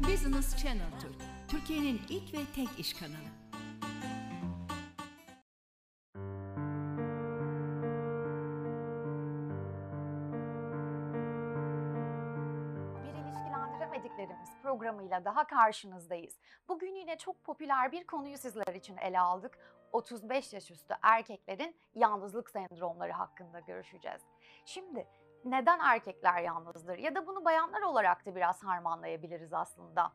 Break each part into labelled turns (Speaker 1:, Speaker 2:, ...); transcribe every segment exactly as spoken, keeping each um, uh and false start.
Speaker 1: Business Channel Türk, Türkiye'nin ilk ve tek iş kanalı.
Speaker 2: Bir ilişkilendiremediklerimiz programıyla daha karşınızdayız. Bugün yine çok popüler bir konuyu sizler için ele aldık. otuz beş yaş üstü erkeklerin yalnızlık sendromları hakkında görüşeceğiz. Şimdi neden erkekler yalnızdır ya da bunu bayanlar olarak da biraz harmanlayabiliriz aslında.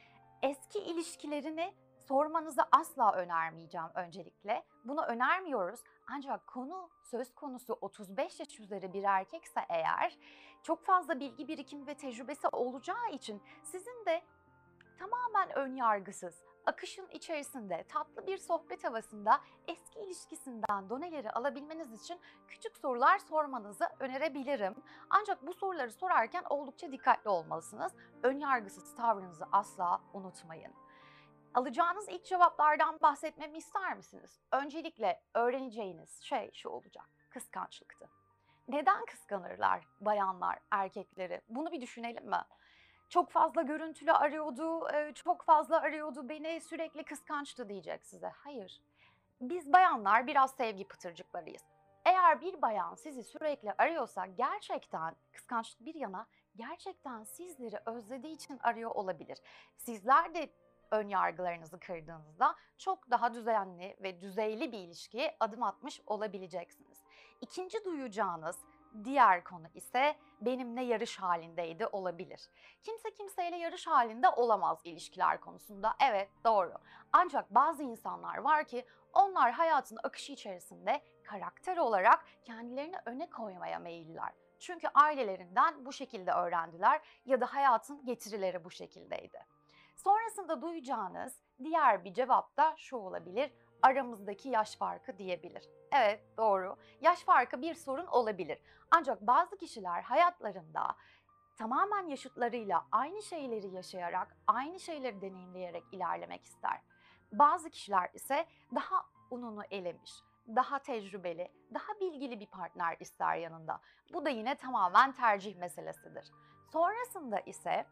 Speaker 2: Eski ilişkilerini sormanızı asla önermeyeceğim öncelikle. Bunu önermiyoruz. Ancak konu söz konusu otuz beş yaş üzeri bir erkekse eğer çok fazla bilgi birikimi ve tecrübesi olacağı için sizin de tamamen ön yargısız, akışın içerisinde tatlı bir sohbet havasında eski ilişkisinden doneleri alabilmeniz için küçük sorular sormanızı önerebilirim. Ancak bu soruları sorarken oldukça dikkatli olmalısınız. Ön yargısız tavrınızı asla unutmayın. Alacağınız ilk cevaplardan bahsetmemi ister misiniz? Öncelikle öğreneceğiniz şey şu olacak: kıskançlıktı. Neden kıskanırlar bayanlar erkekleri? Bunu bir düşünelim mi? Çok fazla görüntülü arıyordu, çok fazla arıyordu beni, sürekli kıskançtı diyecek size. Hayır, biz bayanlar biraz sevgi pıtırcıklarıyız. Eğer bir bayan sizi sürekli arıyorsa gerçekten, kıskançlık bir yana, gerçekten sizleri özlediği için arıyor olabilir. Sizler de ön yargılarınızı kırdığınızda çok daha düzenli ve düzeyli bir ilişkiye adım atmış olabileceksiniz. İkinci duyacağınız diğer konu ise benimle yarış halindeydi olabilir. Kimse kimseyle yarış halinde olamaz ilişkiler konusunda. Evet, doğru. Ancak bazı insanlar var ki onlar hayatın akışı içerisinde karakter olarak kendilerini öne koymaya meyilliler. Çünkü ailelerinden bu şekilde öğrendiler ya da hayatın getirileri bu şekildeydi. Sonrasında duyacağınız diğer bir cevap da şu olabilir: aramızdaki yaş farkı diyebilir. Evet, doğru. Yaş farkı bir sorun olabilir. Ancak bazı kişiler hayatlarında tamamen yaşıtlarıyla aynı şeyleri yaşayarak, aynı şeyleri deneyimleyerek ilerlemek ister. Bazı kişiler ise daha ununu elemiş, daha tecrübeli, daha bilgili bir partner ister yanında. Bu da yine tamamen tercih meselesidir. Sonrasında ise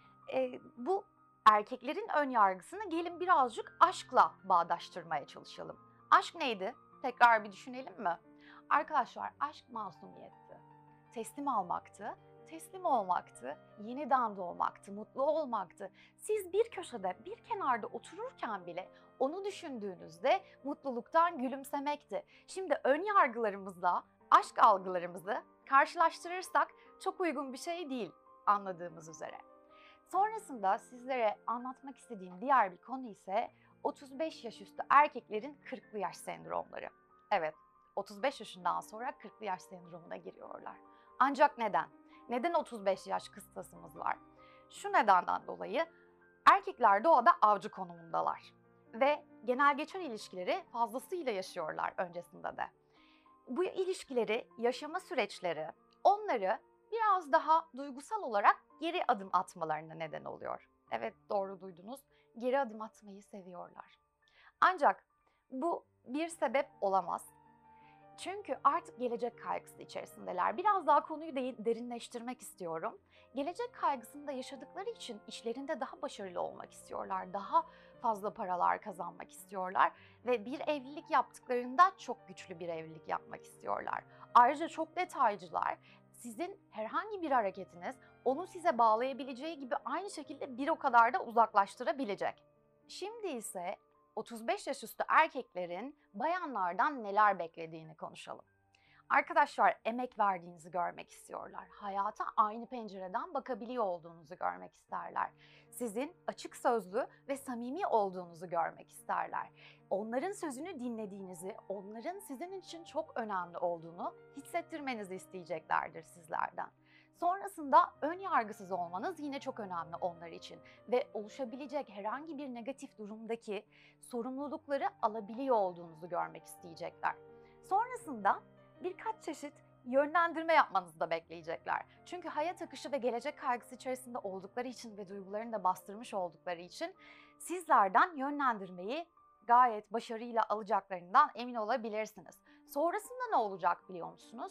Speaker 2: e, bu erkeklerin ön yargısını gelin birazcık aşkla bağdaştırmaya çalışalım. Aşk neydi? Tekrar bir düşünelim mi? Arkadaşlar, aşk masumiyetti. Teslim almaktı, teslim olmaktı, yeniden doğmaktı, mutlu olmaktı. Siz bir köşede, bir kenarda otururken bile onu düşündüğünüzde mutluluktan gülümsemekti. Şimdi ön yargılarımızla aşk algılarımızı karşılaştırırsak çok uygun bir şey değil anladığımız üzere. Sonrasında sizlere anlatmak istediğim diğer bir konu ise otuz beş yaş üstü erkeklerin kırklı yaş sendromları. Evet, otuz beş yaşından sonra kırklı yaş sendromuna giriyorlar. Ancak neden? Neden otuz beş yaş kıstasımız var? Şu nedenden dolayı erkekler doğada avcı konumundalar ve genel geçer ilişkileri fazlasıyla yaşıyorlar öncesinde de. Bu ilişkileri, yaşama süreçleri onları biraz daha duygusal olarak geri adım atmalarına neden oluyor. Evet, doğru duydunuz. Geri adım atmayı seviyorlar. Ancak bu bir sebep olamaz. Çünkü artık gelecek kaygısı içerisindeler. Biraz daha konuyu derinleştirmek istiyorum. Gelecek kaygısında yaşadıkları için işlerinde daha başarılı olmak istiyorlar. Daha fazla paralar kazanmak istiyorlar. Ve bir evlilik yaptıklarında çok güçlü bir evlilik yapmak istiyorlar. Ayrıca çok detaycılar. Sizin herhangi bir hareketiniz onu size bağlayabileceği gibi aynı şekilde bir o kadar da uzaklaştırabilecek. Şimdi ise otuz beş yaş üstü erkeklerin bayanlardan neler beklediğini konuşalım. Arkadaşlar, emek verdiğinizi görmek istiyorlar. Hayata aynı pencereden bakabiliyor olduğunuzu görmek isterler. Sizin açık sözlü ve samimi olduğunuzu görmek isterler. Onların sözünü dinlediğinizi, onların sizin için çok önemli olduğunu hissettirmenizi isteyeceklerdir sizlerden. Sonrasında ön yargısız olmanız yine çok önemli onlar için ve oluşabilecek herhangi bir negatif durumdaki sorumlulukları alabiliyor olduğunuzu görmek isteyecekler. Sonrasında birkaç çeşit yönlendirme yapmanızı da bekleyecekler. Çünkü hayat akışı ve gelecek kaygısı içerisinde oldukları için ve duygularını da bastırmış oldukları için sizlerden yönlendirmeyi gayet başarıyla alacaklarından emin olabilirsiniz. Sonrasında ne olacak biliyor musunuz?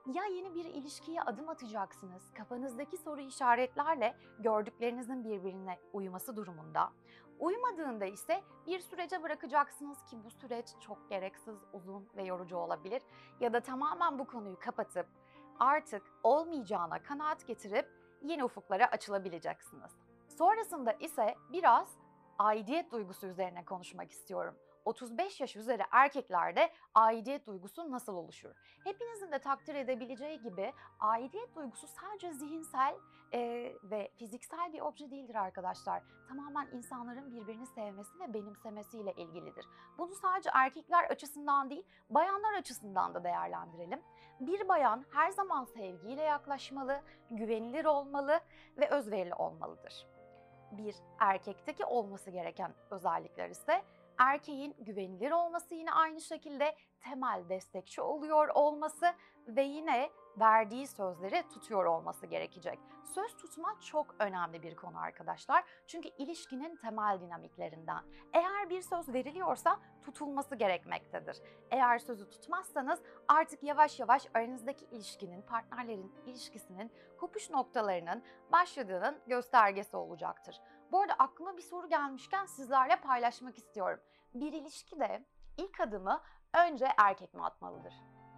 Speaker 2: Ya yeni bir ilişkiye adım atacaksınız, kafanızdaki soru işaretlerle gördüklerinizin birbirine uyuması durumunda. Uymadığında ise bir sürece bırakacaksınız ki bu süreç çok gereksiz, uzun ve yorucu olabilir. Ya da tamamen bu konuyu kapatıp artık olmayacağına kanaat getirip yeni ufuklara açılabileceksiniz. Sonrasında ise biraz aidiyet duygusu üzerine konuşmak istiyorum. otuz beş yaş üzeri erkeklerde aidiyet duygusu nasıl oluşur? Hepinizin de takdir edebileceği gibi aidiyet duygusu sadece zihinsel e, ve fiziksel bir obje değildir arkadaşlar. Tamamen insanların birbirini sevmesi ve benimsemesiyle ilgilidir. Bunu sadece erkekler açısından değil, bayanlar açısından da değerlendirelim. Bir bayan her zaman sevgiyle yaklaşmalı, güvenilir olmalı ve özverili olmalıdır. Bir erkekteki olması gereken özellikler ise erkeğin güvenilir olması, yine aynı şekilde temel destekçi oluyor olması ve yine verdiği sözleri tutuyor olması gerekecek. Söz tutma çok önemli bir konu arkadaşlar. Çünkü ilişkinin temel dinamiklerinden. Eğer bir söz veriliyorsa tutulması gerekmektedir. Eğer sözü tutmazsanız artık yavaş yavaş aranızdaki ilişkinin, partnerlerin ilişkisinin kopuş noktalarının başladığının göstergesi olacaktır. Bu arada aklıma bir soru gelmişken sizlerle paylaşmak istiyorum. Bir ilişkide ilk adımı önce erkek mi atmalıdır?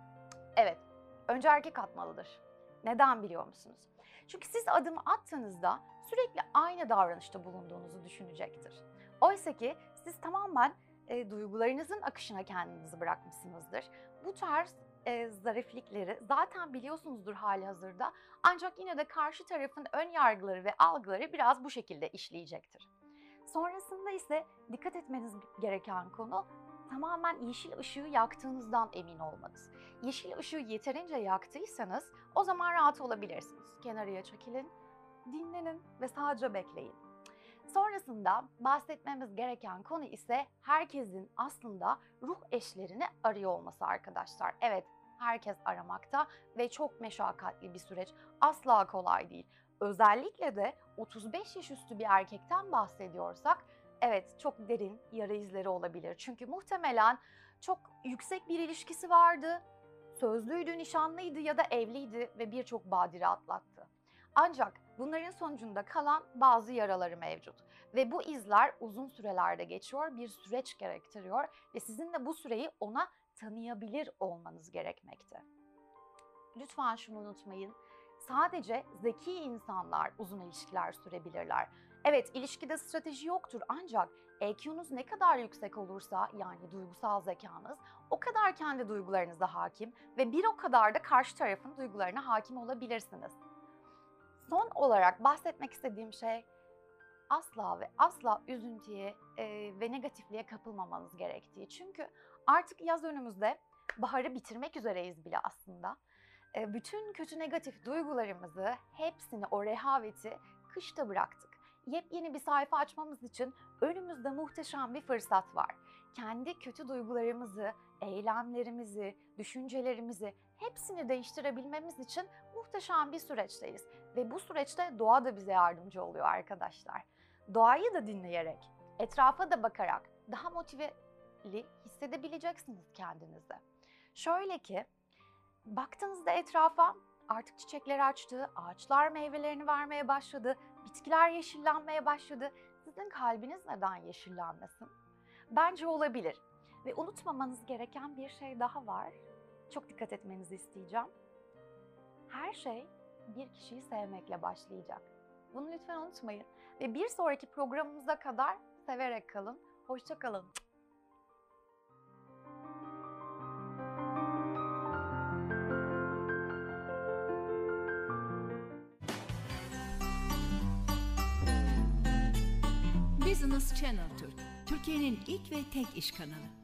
Speaker 2: Evet, önce erkek atmalıdır. Neden biliyor musunuz? Çünkü siz adımı attığınızda sürekli aynı davranışta bulunduğunuzu düşünecektir. Oysa ki siz tamamen e, duygularınızın akışına kendinizi bırakmışsınızdır. Bu tarz e, zariflikleri zaten biliyorsunuzdur hali hazırda. Ancak yine de karşı tarafın ön yargıları ve algıları biraz bu şekilde işleyecektir. Sonrasında ise dikkat etmeniz gereken konu tamamen yeşil ışığı yaktığınızdan emin olmanız. Yeşil ışığı yeterince yaktıysanız o zaman rahat olabilirsiniz. Kenarıya çekilin, dinlenin ve sadece bekleyin. Sonrasında bahsetmemiz gereken konu ise herkesin aslında ruh eşlerini arıyor olması arkadaşlar. Evet, herkes aramakta ve çok meşakkatli bir süreç. Asla kolay değil. Özellikle de otuz beş yaş üstü bir erkekten bahsediyorsak, evet çok derin yara izleri olabilir. Çünkü muhtemelen çok yüksek bir ilişkisi vardı, sözlüydü, nişanlıydı ya da evliydi ve birçok badire atlattı. Ancak bunların sonucunda kalan bazı yaraları mevcut ve bu izler uzun sürelerde geçiyor, bir süreç gerektiriyor ve sizin de bu süreyi ona tanıyabilir olmanız gerekmekte. Lütfen şunu unutmayın, sadece zeki insanlar uzun ilişkiler sürebilirler. Evet, ilişkide strateji yoktur ancak E Q'nuz ne kadar yüksek olursa, yani duygusal zekanız, o kadar kendi duygularınıza hakim ve bir o kadar da karşı tarafın duygularına hakim olabilirsiniz. Son olarak bahsetmek istediğim şey, asla ve asla üzüntüye e, ve negatifliğe kapılmamanız gerektiği. Çünkü artık yaz önümüzde, baharı bitirmek üzereyiz bile aslında. E, bütün kötü negatif duygularımızı, hepsini, o rehaveti kışta bıraktık. Yepyeni bir sayfa açmamız için önümüzde muhteşem bir fırsat var. Kendi kötü duygularımızı, eylemlerimizi, düşüncelerimizi hepsini değiştirebilmemiz için muhteşem bir süreçteyiz. Ve bu süreçte doğa da bize yardımcı oluyor arkadaşlar. Doğayı da dinleyerek, etrafa da bakarak daha motiveli hissedebileceksiniz kendinizi. Şöyle ki, baktığınızda etrafa artık çiçekler açtı, ağaçlar meyvelerini vermeye başladı, bitkiler yeşillenmeye başladı. Sizin kalbiniz neden yeşillenmesin? Bence olabilir. Ve unutmamanız gereken bir şey daha var. Çok dikkat etmenizi isteyeceğim. Her şey bir kişiyi sevmekle başlayacak. Bunu lütfen unutmayın. Ve bir sonraki programımıza kadar severek kalın. Hoşça kalın.
Speaker 1: Business Channel Türk, Türkiye'nin ilk ve tek iş kanalı.